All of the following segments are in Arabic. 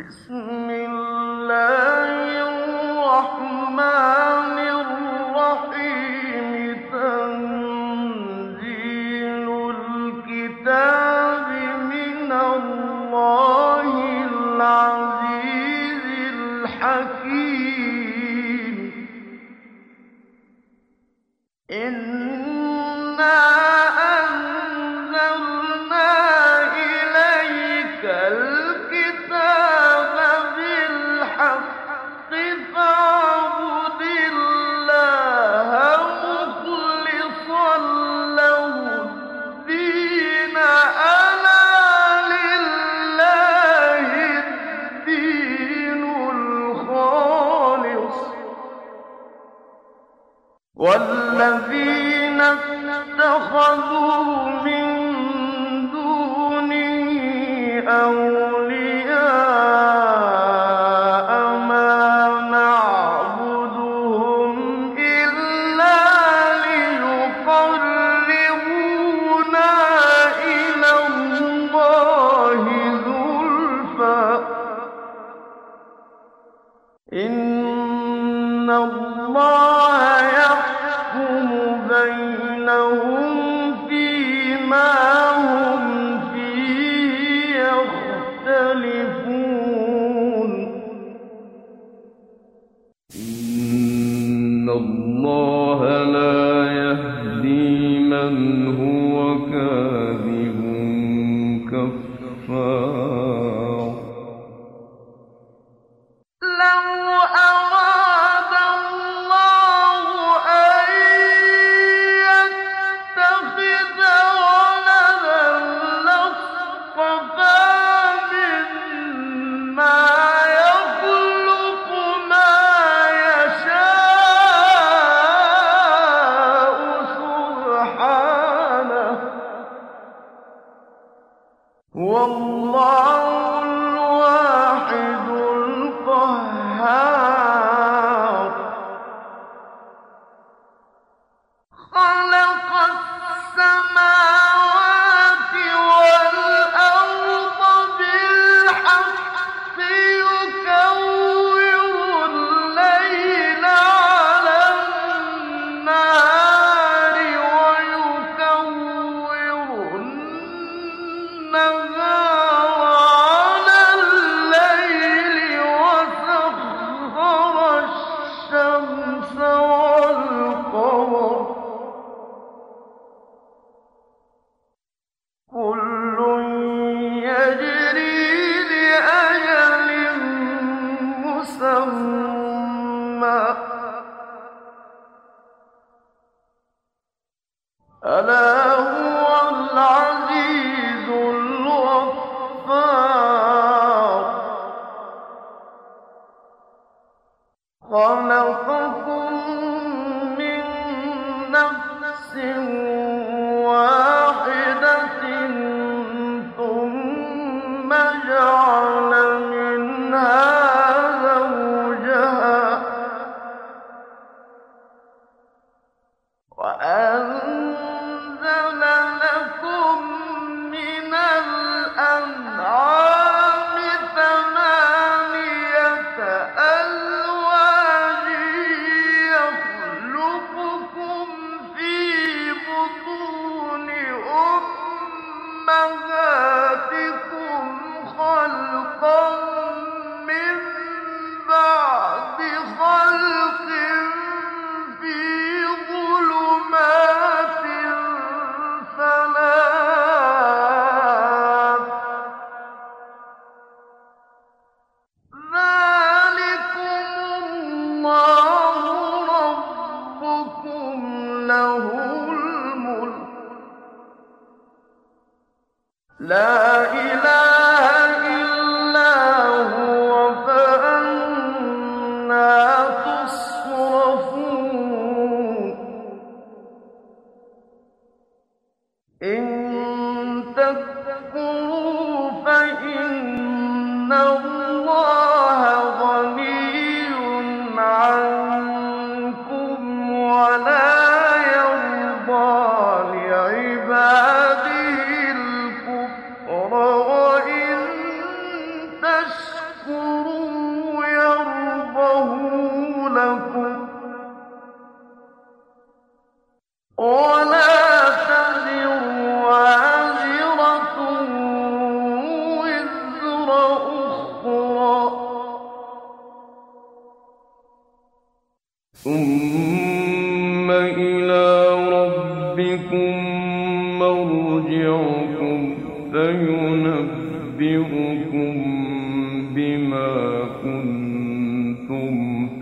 بسم الله الرحمن الرحيم تنزيل الكتاب من الله العزيز الحكيم إنا أنزلنا إليك الكتاب بالحق فاعبد الله مخلصا له الدين ألا لله الدين الخالص والذين اتخذوا من دونه أولياء ما نعبدهم إلا ليقربونا إلى الله زلفى إن الله يحكم بينهم فيما هم فيه يختلفون إن الله لا يهدي من هو كاذب كفار لو أراد الله أن يتخذ ولدا لاصطفى مما يخلق ما يشاء سبحانه والله الواحد القهار خلق السماوات والأرض بالحق يكور الليل على النهار ويكور النهار على الليل وسخر الشمس والقمر كل يجري لأجل مسمى ألا هو العزيز الغفار خلقكم من نفس واحدة ثم جعل منها زوجها وأنزل لكم من الأنعام ثمانية أزواج يخلقكم في بطون أمهاتكم خلقا من بعد خلق في ظلمات ثلاث ذلكم الله ربكم له الملك لا إله إلا هو فأنى تصرفون إن تكفروا فإن الله غني عنكم ولا يرضى لعباده الكفر وإن تشكروا تشكروا يرضه لكم ولا تزر وازرة وزر أخرى ثم إلى ربكم مرجعكم فينبئكم بما كنتم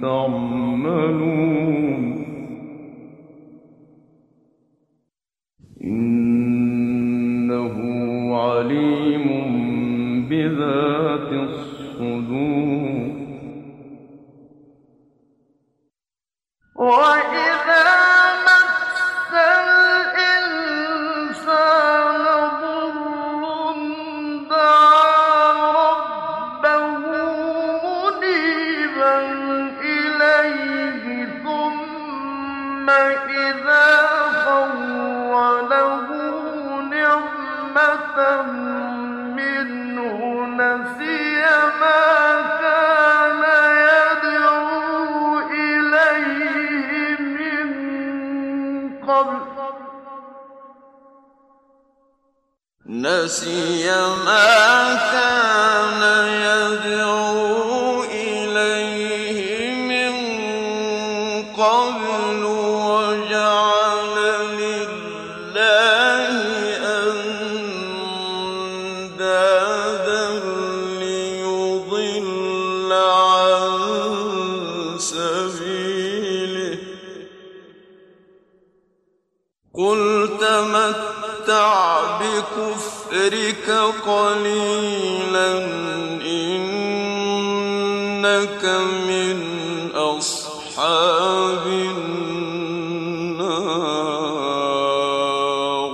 تعملون إنه عليم بذات الصدور وإذا مس الإنسان ضر دعا ربه منيبا إليه ثم إذا خوله نعمة منه نسي ما كان يدعو إليه من قبل وجعل لله أندادا ليضل عن سبيله قل تمتع بكفرك قليلا إنك من أصحاب النار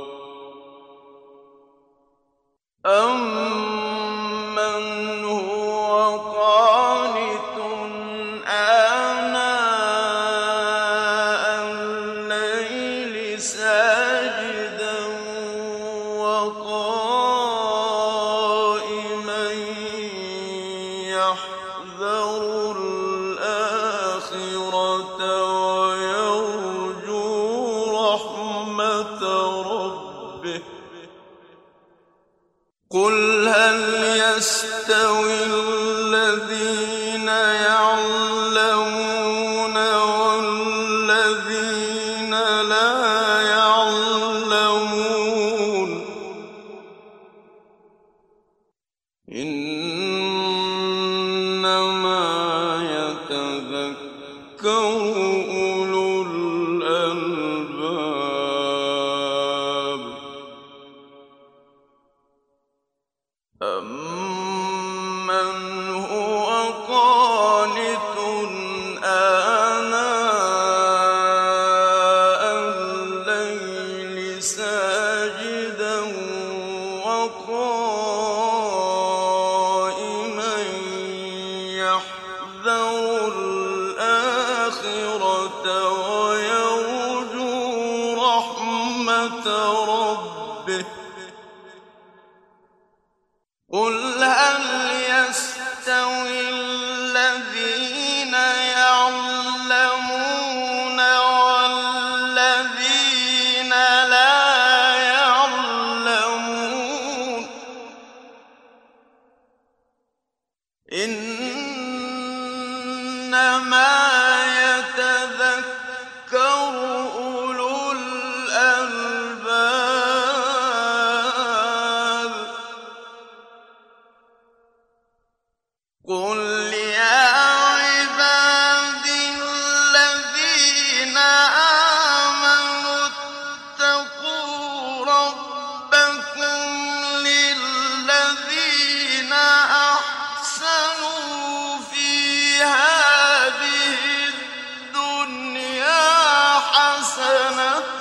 أمن هو قانت آناء الليل ساجدا وقائما يحذر الآخرة ويرجو رحمة ربه قل هل يستوي الذين يعلمون والذين لا يعلمون إنما يتذكر أولو الألباب أمن هو قانت آناء الليل ساجدا وقائما يحذر الآخرة ويرجو رحمة ربه قل هل يستوي الذين يعلمون والذين لا يعلمون إنما يتذكر أولو الألباب قل يا عبادي الذين آمنوا اتقوا ربكم للذين أحسنوا في هذه الدنيا حسنة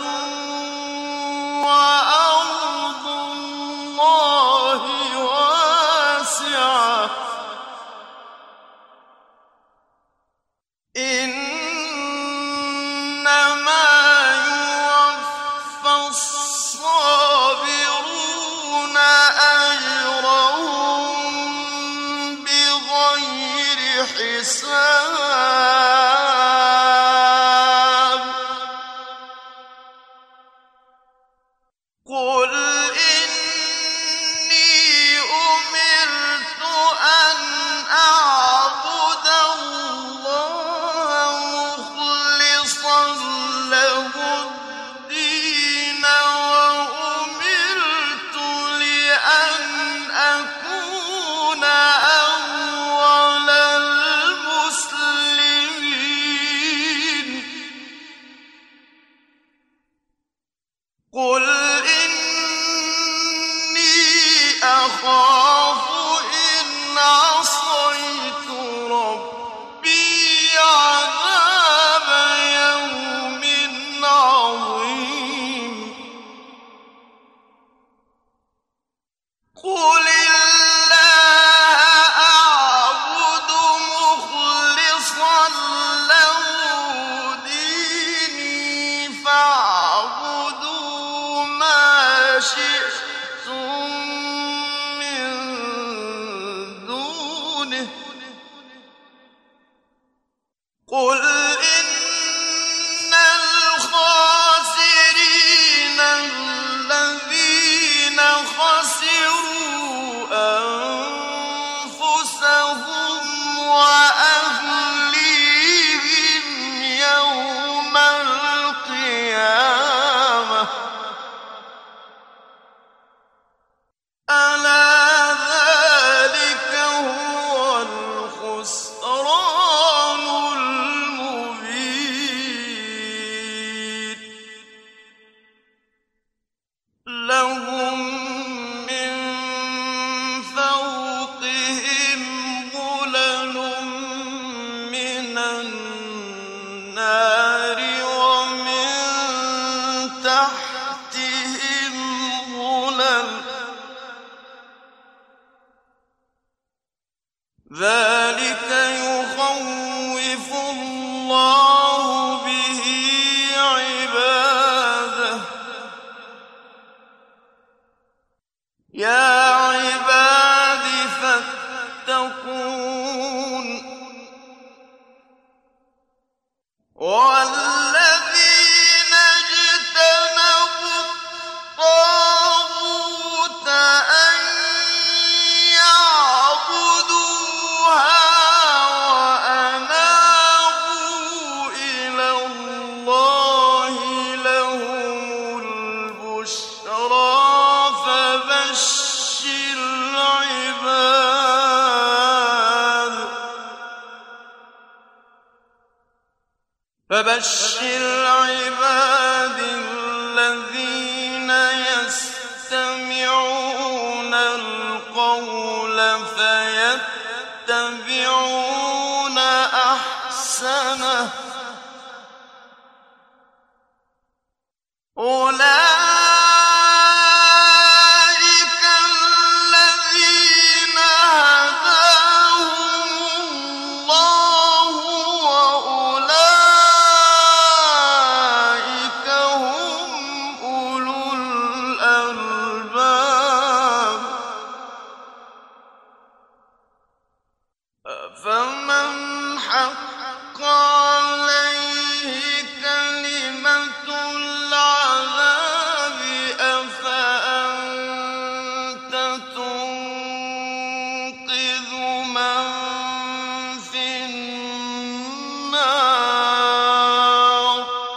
وأرض الله واسعة حساب قل إني أمرت أن أعبد الله مخلصا له الدين وأمرت لأن أكون أول المسلمين قل إني أخاف إن عصيت ربي عذاب يوم عظيم قل الله أعبد مخلصا له ديني فاعبدوا ما شئتم من دونه قل إن الخاسرين الذين خسروا أنفسهم وأهليهم يوم القيامة ألا ذلك هو الخسران المبين لهم من فوقهم ظلل من النار ومن تحتهم ظلل ذلك يخوف الله به عباده يا عباد فاتقون والذين اجتنبوا الطاغوت أن يعبدوها وأنابوا إلى الله لهم البشرى فبشر عباد الذين يستمعون القول فيتبعون أحسنه أولئك الذين هداهم الله وأولئك هم أولو الألباب فمن حق عليه كلمة العذاب أفأنت تنقذ من في النار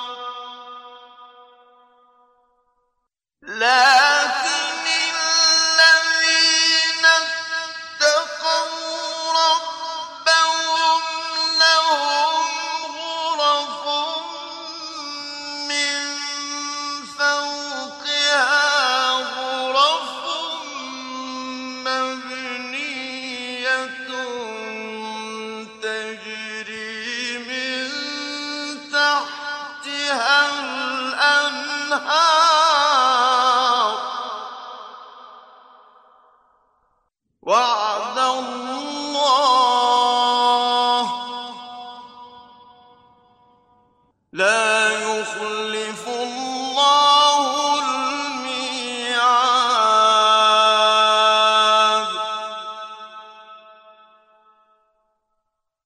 لكن الذين اتقوا ربهم لهم غرف من فوقها غرف مبنية تجري من تحتها الأنهار وعد الله لا يخلف الله الميعاد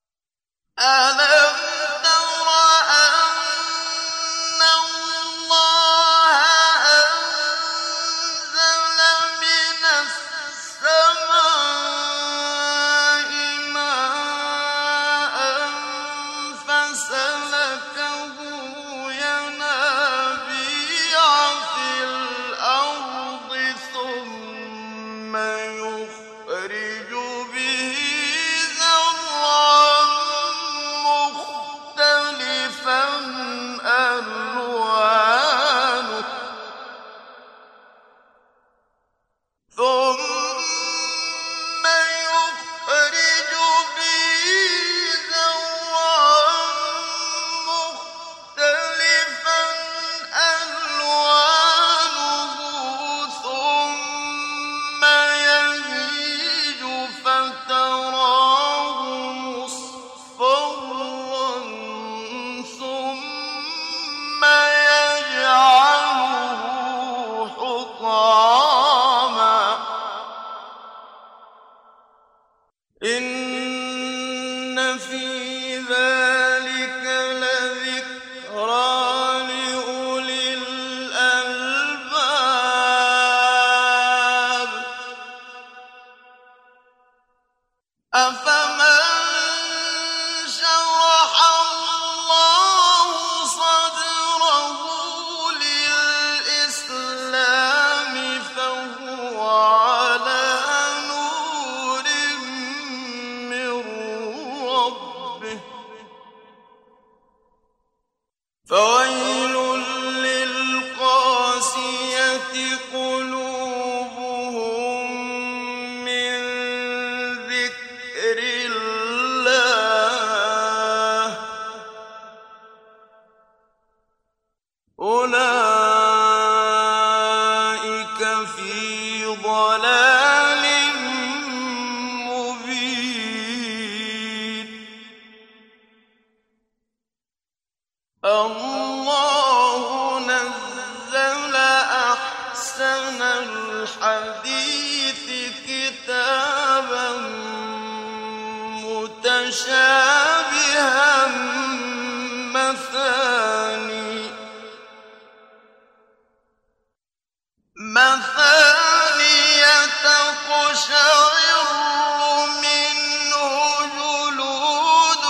إن في ذلك لذكرى لأولي الألباب أفمن شرح الله صدره للإسلام فهو على نور من ربه فويل للقاسية قلوبهم من ذكر الله أولئك في ضلال مبين الله نزل أحسن الحديث كتابا متشابها مثاني تقشعر منه جلود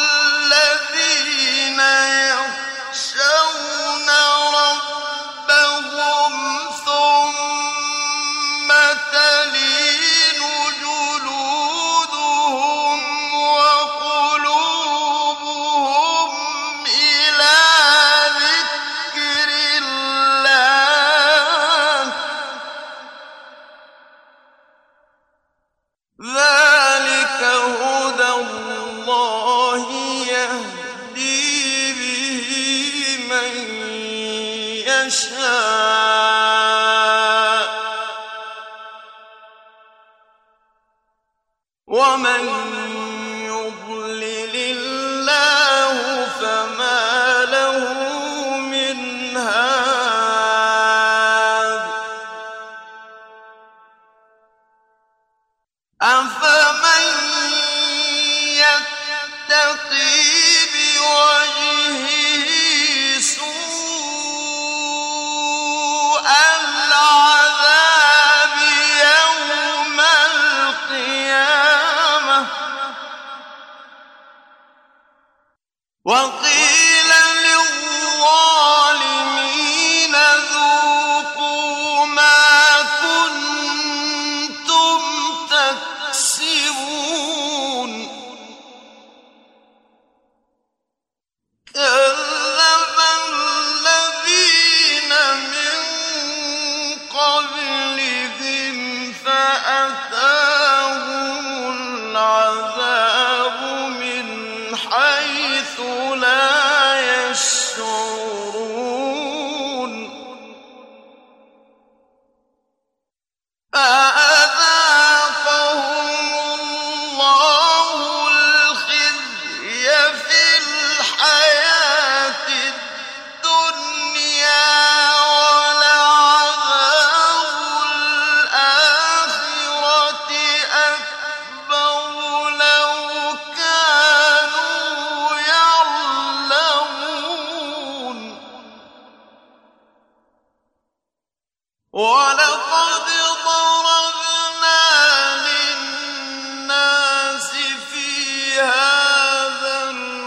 الذين يخشون ربهم ثم تلين جلودهم وقلوبهم إلى ذكر الله ذلك هدى الله يهدي به من يشاء ومن يضلل الله فما له من هاد أفمن يتقي بوجهه سوء العذاب يوم القيامة وقيل للظالمين ذوقوا ما كنتم تكسبون كذب الذين من قبلهم فأتاهم العذاب من حيث لا يشعرون فأذاقهم الله الخزي في الحياة الدنيا ولعذاب الآخرة أكبر لو كانوا يعلمون ولقد ضربنا للناس في هذا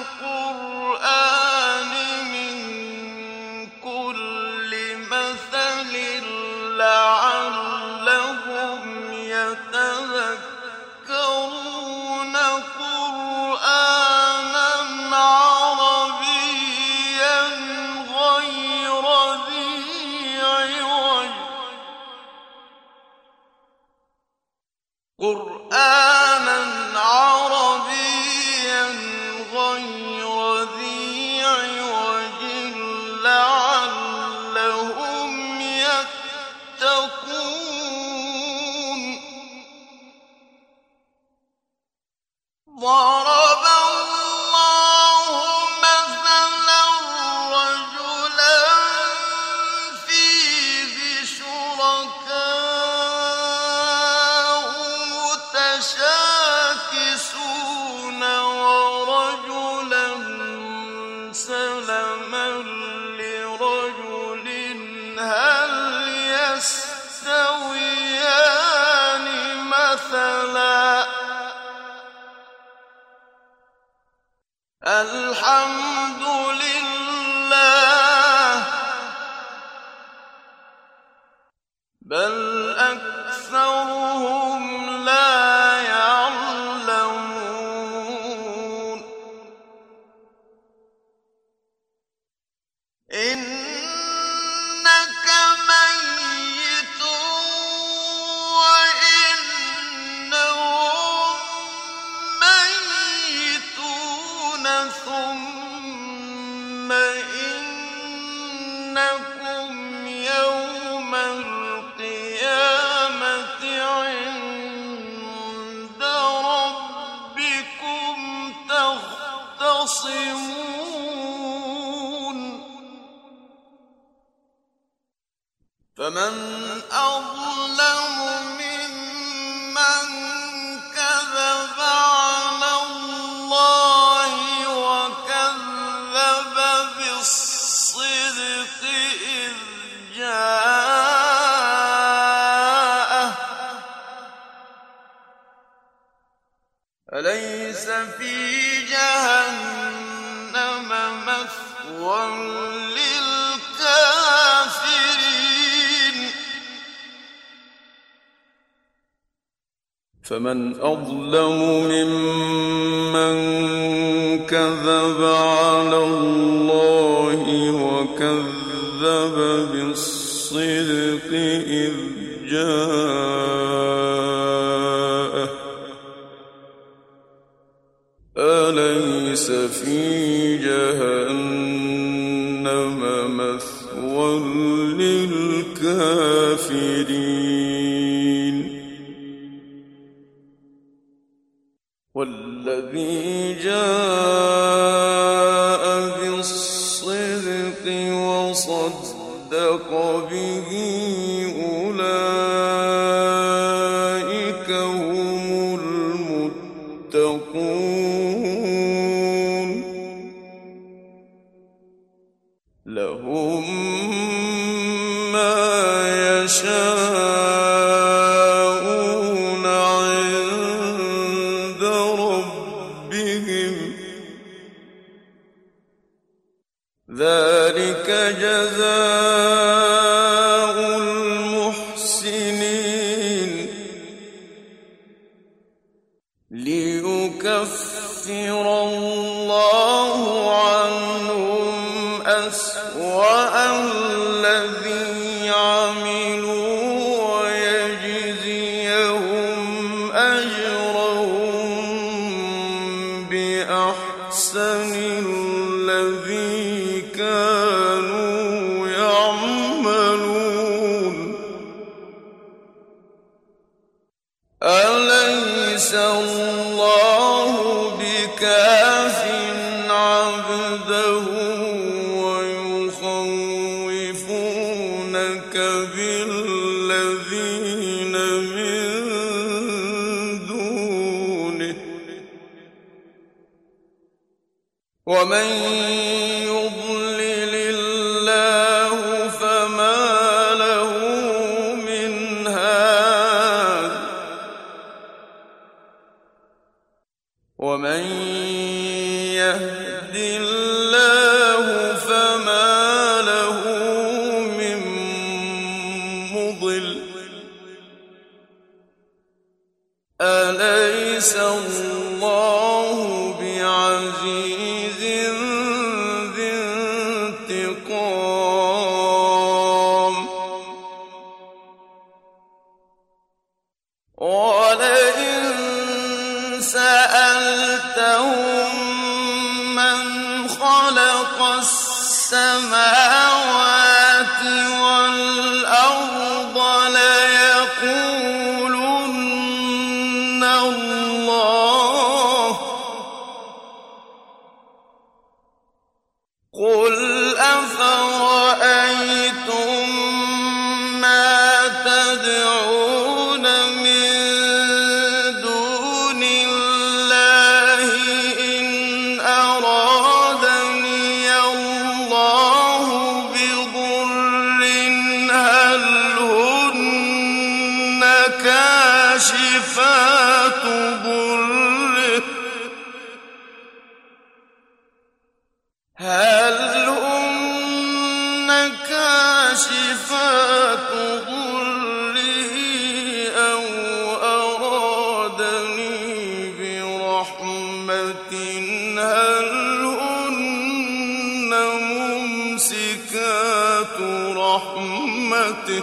القرآن من كل مثل لعلهم يتذكرون قرآنا عربيا غير ذي عوج قرآنا عربيا غير ذي عوج لعلهم يتقون ضرب الله مثلا رجلا فيه شركاء متشاكسون الحمد لله بل أكثرهم لا يعلمون إنك ميت وإنهم ميتون ثم إنكم يوم القيامة عند ربكم تختصمون فمن أظلم ممن كذب على الله وكذب بالصدق إذ جاءه أليس في جهنم مثوى للكافرين فمن أظلم ممن كذب على الله وكذب بالصدق إذ جاءه أليس في جهنم مثوى للكافرين والذي جاء بالصدق وصدق به أولئك هم المتقون لهم ما يشاءون عند ربهم ذلك جزاء المحسنين ليكفر الله عنهم أسوأ الذي عملوا ويجزيهم أجرهم بأحسن الذي كانوا يعملون أليس الله بكاف عبده ويخوفونك بالذين من دونه ومن يضلل الله فما له من هاد ومن يهد الله فما له من مضل أليس الله بعزيز ذي انتقام ولئن سألتهم من خلق السماوات والأرض ليقولن الله قل أفرأيتم ما تدعون من دون الله إن رحمة هل هن ممسكات رحمته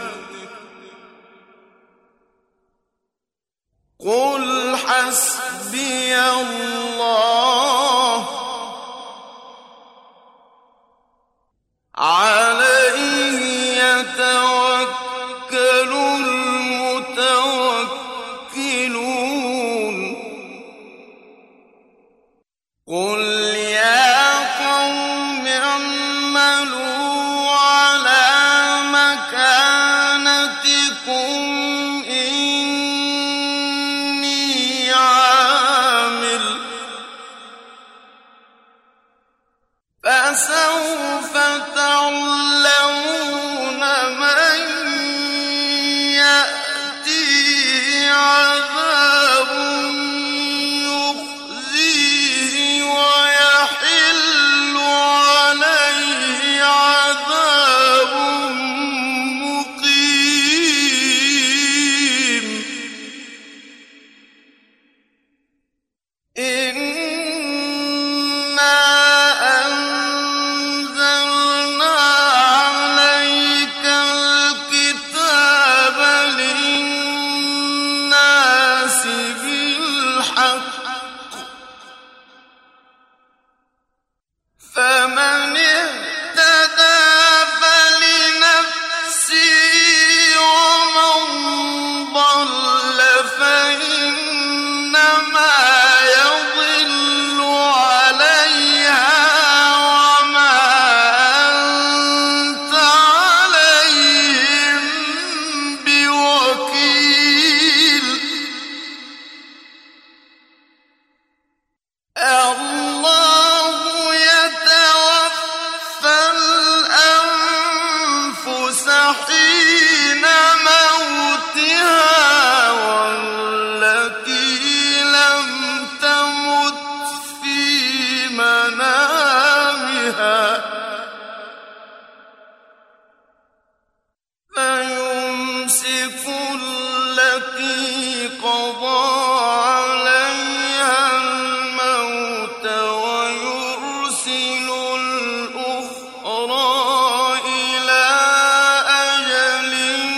قل حسبي الله عليه يتوكل المتوكلون قل يا قوم اعملوا على مكانتكم إني عامل فسوف تعلمون من يأتيه عذاب يخزيه ويحل عليه عذاب مقيم إنا أنزلنا عليك الكتاب للناس بالحق فمن اهتدى فلنفسه ومن ضل فإنما يضل عليها وما أنت عليهم بوكيل الله يتوفى الأنفس حين موتها والتي لم تمت في منامها فيمسك التي قضى عليها الموت ويرسل الأخرى إلى أجل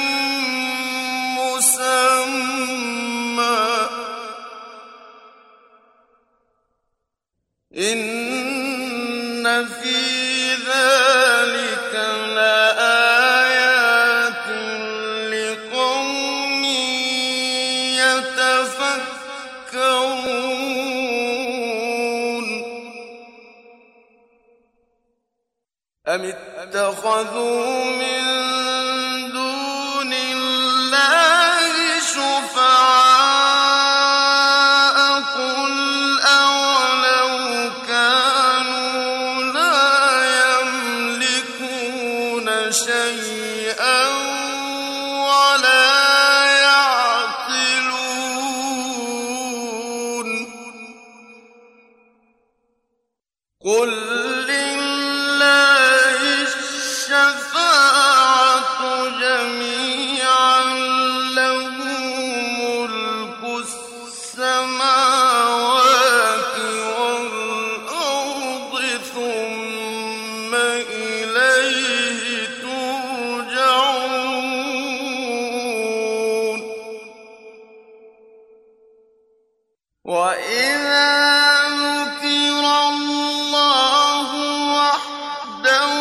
مسمى إن في ذلك لآيات لقوم يتفكرون أم اتخذوا من دون الله شفعاء قل أولو كانوا لا يملكون شيئا ولا يعقلون قل لله الشفاعة جميعا له ملك السماوات والأرض ثم إليه ترجعون وإذا ذكر الله وحده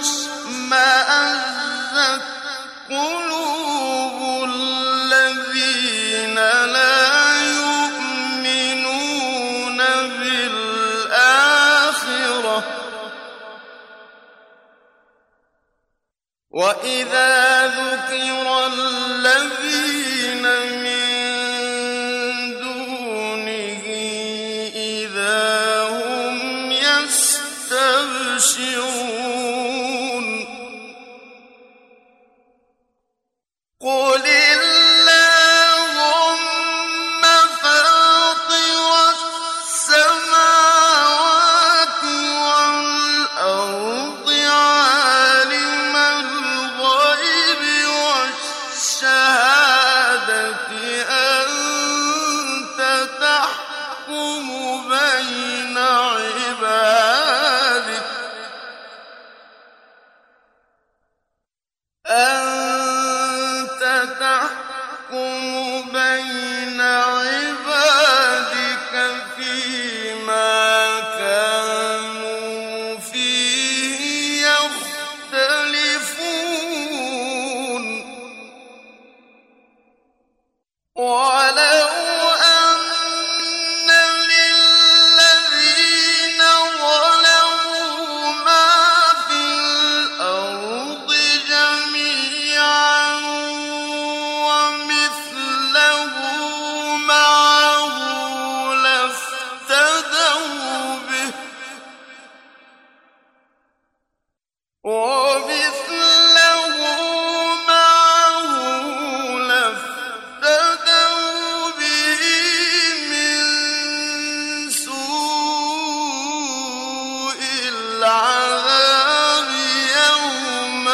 اشمأزت قلوب الذين لا يؤمنون بالآخرة وإذا ذكر الذين من دونه إذا هم يستبشرون قل اللهم فاطر السماوات والأرض عالم الغيب والشهادة أنت تحكم بين عبادك أنت تحكم بين عبادك فيما كانوا فيه يختلفون ولو أن للذين ظلموا ما في الأرض جميعا ومثله معه لافتدوا به من سوء العذاب يوم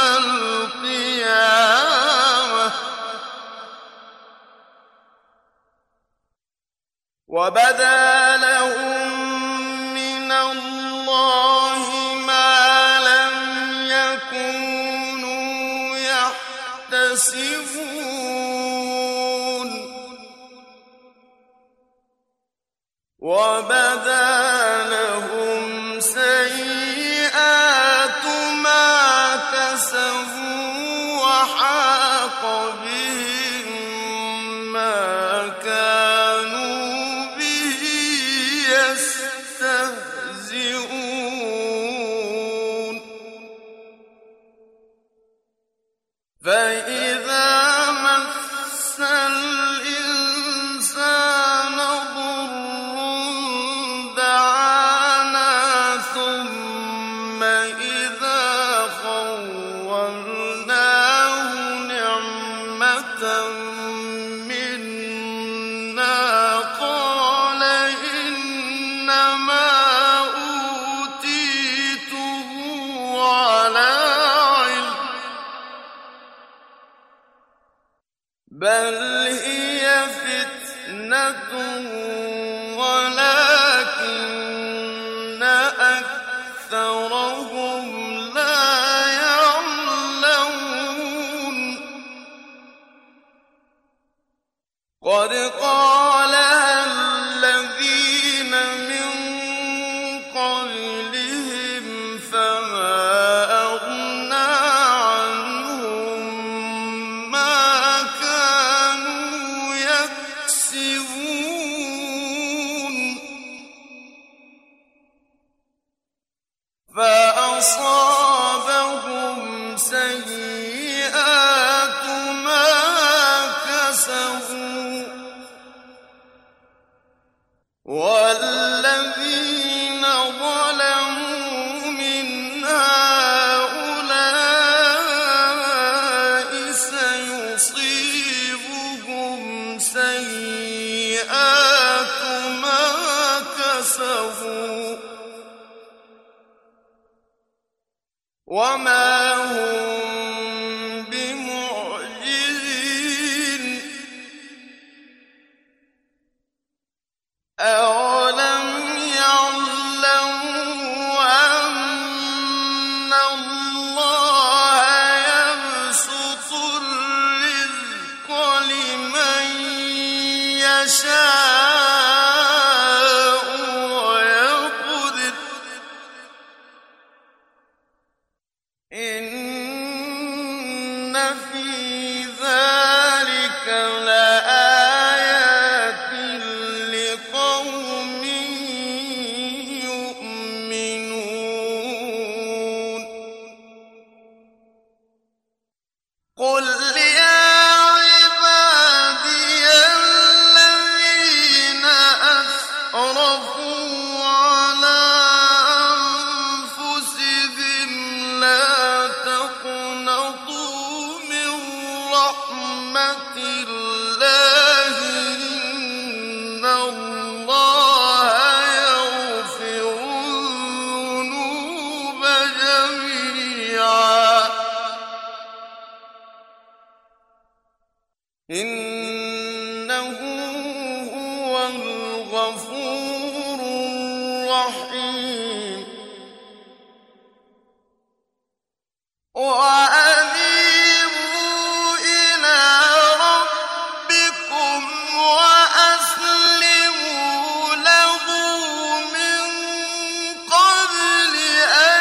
القيامة وبدا لهم من الله ما لم يكونوا يحتسبون وبدا لهم سيئات ما كسبوا وحاق بهم ما كانوا به يستهزئون فإذا مس الإنسان ضر دعانا ثم إذا خولناه نعمة منا قال إنما أوتيته على علم بل هي فتنة ولكن أكثرهم لا يعلمون قد قالها الذين من قبلهم فما أغنى عنهم ما كانوا يكسبون فأصابهم سيئات ما كسبوا والذين ظلموا من هؤلاء سيصيبهم سيئات ما كسبوا وما هم بمعجزين أولم يعلموا أن الله يبسط الرزق لمن يشاء ويقدر إن في ذلك لآيات لقوم يؤمنون قل يا عبادي الذين أسرفوا على أنفسهم لا تقنطوا من رحمة الله إن الله يغفر الذنوب جميعا إنه هو الغفور رحيم وأنيبوا إلى ربكم وأسلموا له من قبل أن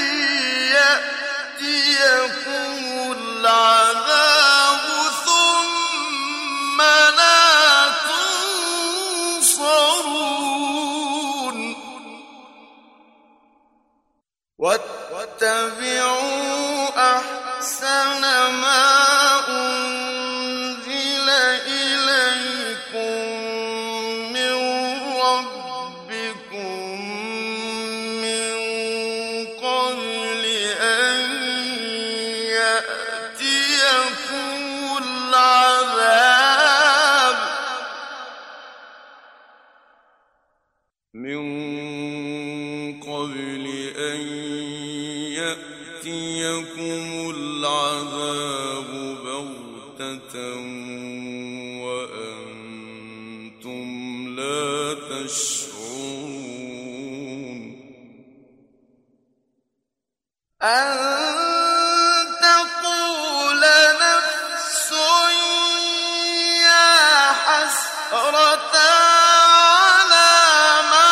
يأتيكم العذاب ثم لا تنصرون واتبعوا أحسن ما أنزل إليكم من ربكم من قبل أن يأتيكم العذاب من قبل أن يأتيكم العذاب بغتة وأنتم لا تشعرون أن تقول نفس يا حسرة على ما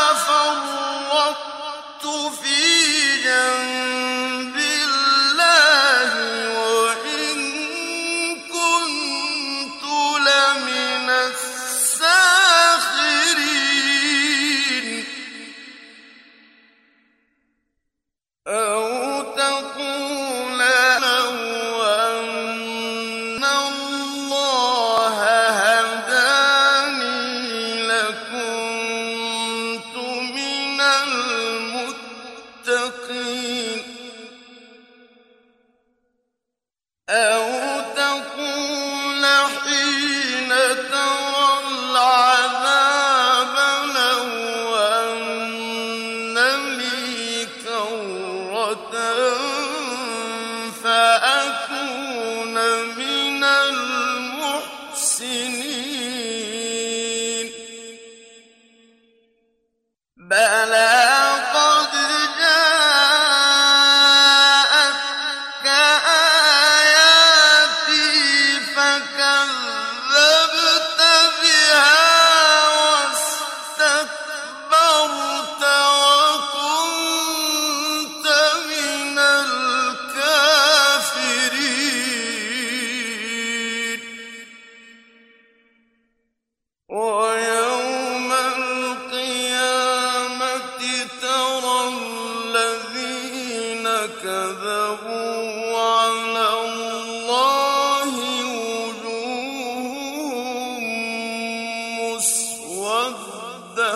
فرطت في جنب الله وإن كنت لمن الساخرين أو تقول لو أن الله هداني لكنت من المتقين أو تقول حين ترى العذاب لو أن لي كرة فأكون من المحسنين بلى قد جاءتك آياتي فكذبت بها واستكبرت وكنت من الكافرين ويوم القيامة ترى الذين كذبوا على الله وجوههم مسودة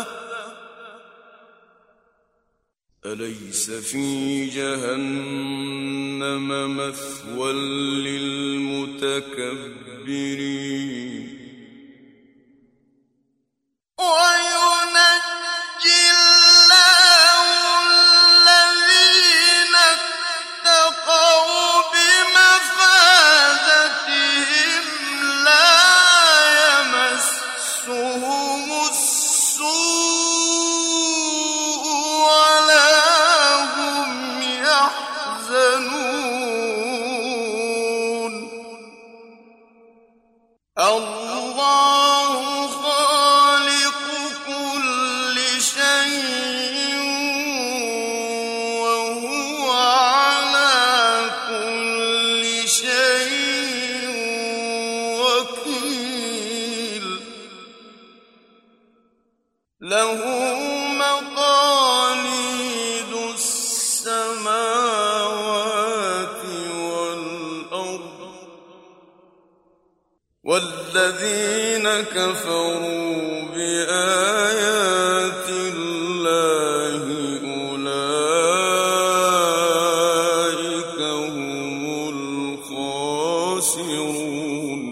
أليس في جهنم مثوى للمتكبرين وينجي الله الذين اتقوا بمفازتهم لا يمسهم السوء ولا هم يحزنون الله خالق كل شيء وهو على كل شيء وكيل له مقاليد السماوات والأرض والذين كفروا بآيات الله أولئك هم الخاسرون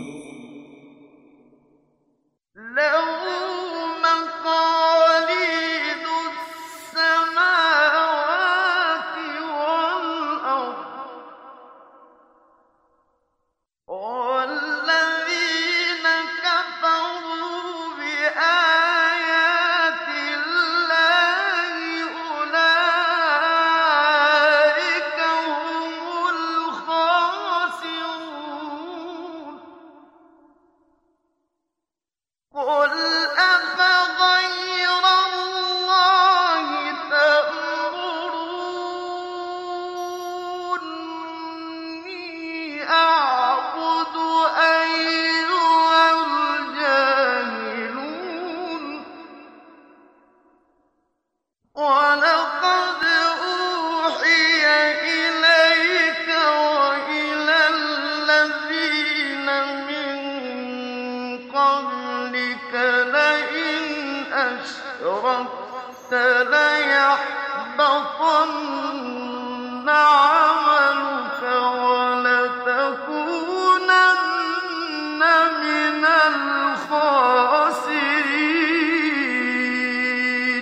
له مقاليد السماوات والأرض والذين كفروا بآيات وَلَقَدْ أُوحِيَ إِلَيْكَ وَإِلَى الَّذِينَ مِن قَبْلِكَ لَئِنْ أَشْرَكْتَ لَيَحْبَطَنَّ عَمَلُكَ وَلَتَكُونَنَّ مِنَ الْخَاسِرِينَ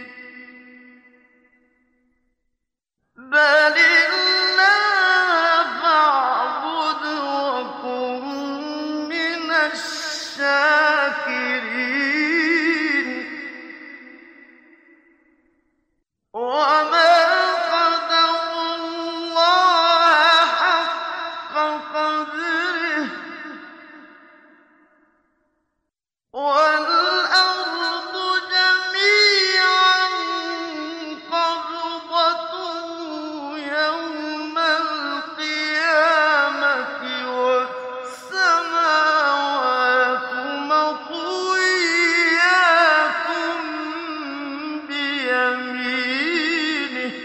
بَلِ اللَّهَ فَاعْبُدْ وَكُن مِّنَ الشَّاكِرِينَ وَمَا قَدَرُوا اللَّهَ حَقَّ قَدْرِهِ وَالْأَرْضُ جَمِيعًا قَبْضَتُهُ يَوْمَ الْقِيَامَةِ وَالسَّمَاوَاتُ مَطْوِيَّاتٌ بِيَمِينِهِ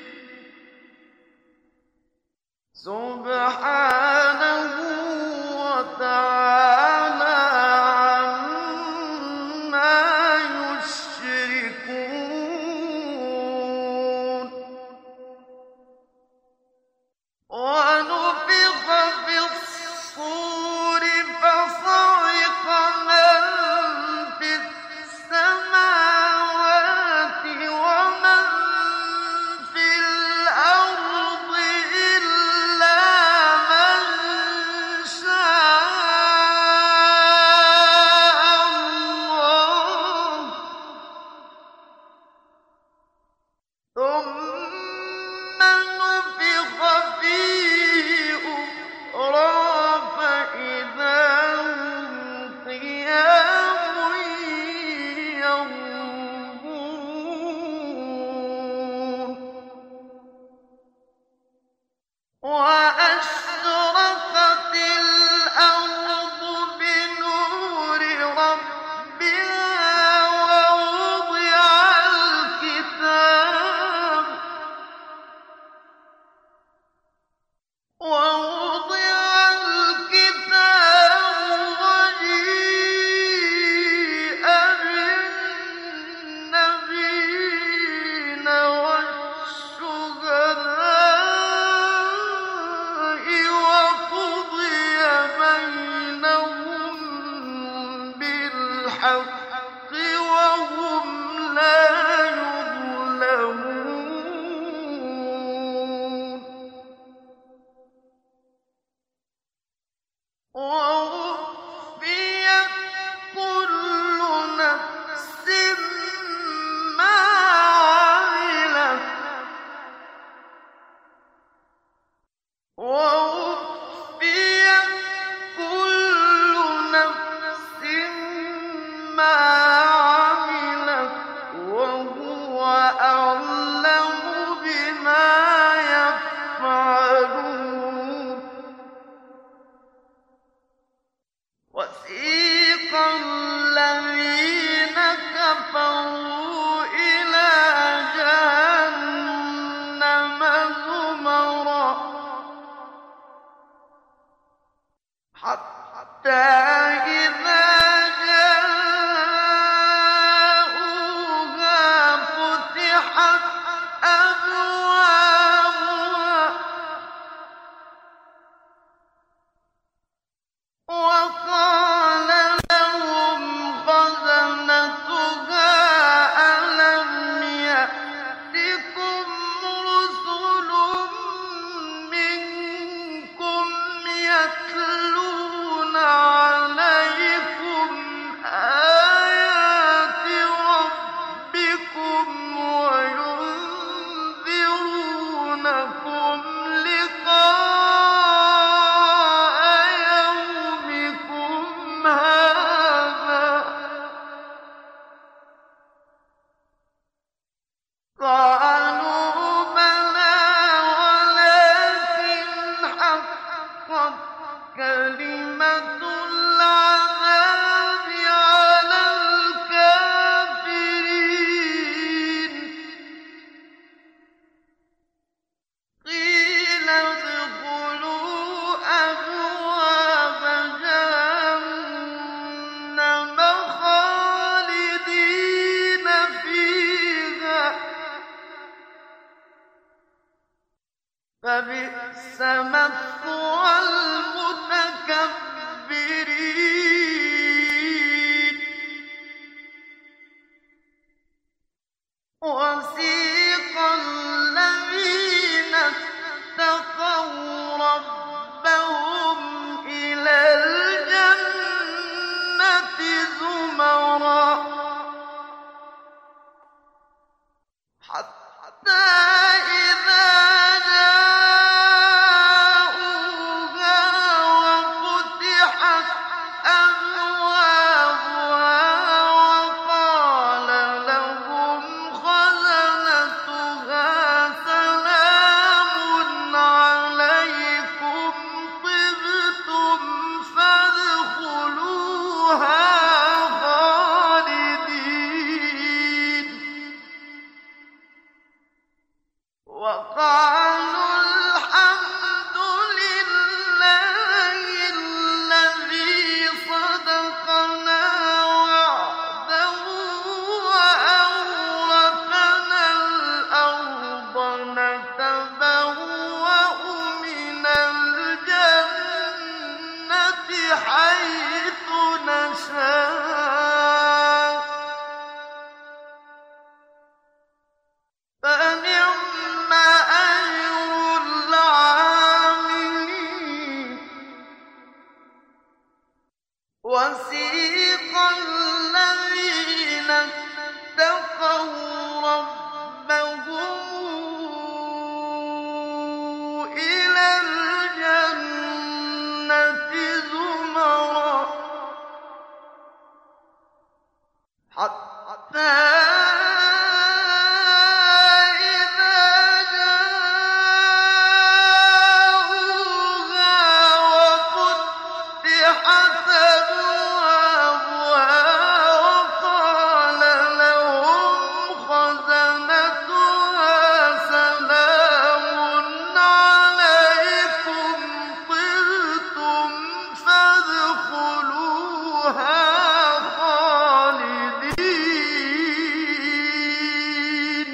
سُبْحَانَهُ وَتَعَالَىٰ عَمَّا يُشْرِكُونَ وَنُفِخَ فِي الصُّورِ فَصَعِقَ مَن فِي السَّمَاوَاتِ وَمَن فِي الْأَرْضِ إِلَّا مَن شَاءَ اللَّهُ ثُمَّ نُفِخَ فِيهِ أُخْرَىٰ فَإِذَا هُمْ قِيَامٌ يَنظُرُونَ وَأَشْرَقَتِ الْأَرْضُ بِنُورِ رَبِّهَا وَوُضِعَ الْكِتَابُ وَجِيءَ بِالنَّبِيِّينَ وَالشُّهَدَاءِ وَقُضِيَ بَيْنَهُم بِالْحَقِّ وَهُمْ لَا يُظْلَمُونَ وَوُفِّيَتْ كُلُّ نَفْسٍ مَّا عَمِلَتْ وَهُوَ أَعْلَمُ بِمَا يَفْعَلُونَ وَسِيقَ الَّذِينَ كَفَرُوا إِلَىٰ جَهَنَّمَ زُمَرًا حَتَّىٰ إِذَا جَاءُوهَا فُتِحَتْ أَبْوَابُهَا وَقَالَ لَهُمْ خَزَنَتُهَا أَلَمْ يَأْتِكُمْ رُسُلٌ مِّنكُمْ يَتْلُونَ عَلَيْكُمْ آيَاتِ رَبِّكُمْ وَيُنذِرُونَكُمْ لِقَاءَ يَوْمِكُمْ هَٰذَا ۚ قَالُوا بَلَىٰ وَلَٰكِنْ حَقَّتْ كَلِمَةُ الْعَذَابِ عَلَى الْكَافِرِينَ مثوى المتكبرين وسيق الذين اتقوا ربهم إلى الجنة زمرا حتى إذا جاءوها وفتحت أبوابها وقال لهم خزنتها سلام عليكم طبتم فادخلوها خالدين وقالوا الحمد لله الذي صدقنا وعده وأورثنا الأرض نتبوأ من الجنة حيث نشاء فنعم أجر العاملين وسيق الذين اتقوا ربهم إلى الجنة زمرا حتى إذا جاءوها وفتحت أبوابها وقال لهم خزنتها سلام عليكم طبتم فادخلوها خالدين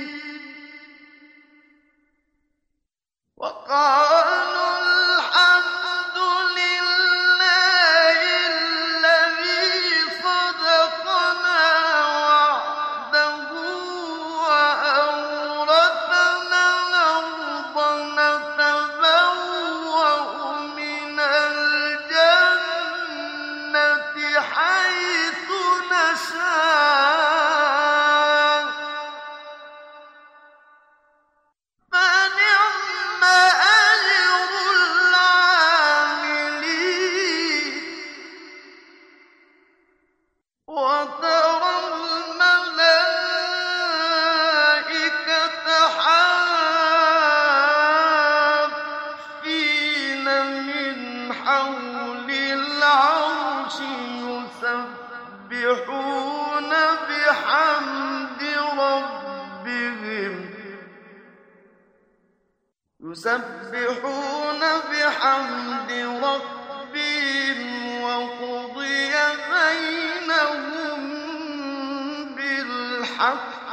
وقالوا الحمد لله الذي صدقنا وعده وأورثنا الأرض نتبوأ من الجنة حيث نشاء فنعم أجر العاملين وترى الملائكة حافين من حول العرش يسبحون بحمد ربهم وقضي بينهم بالحق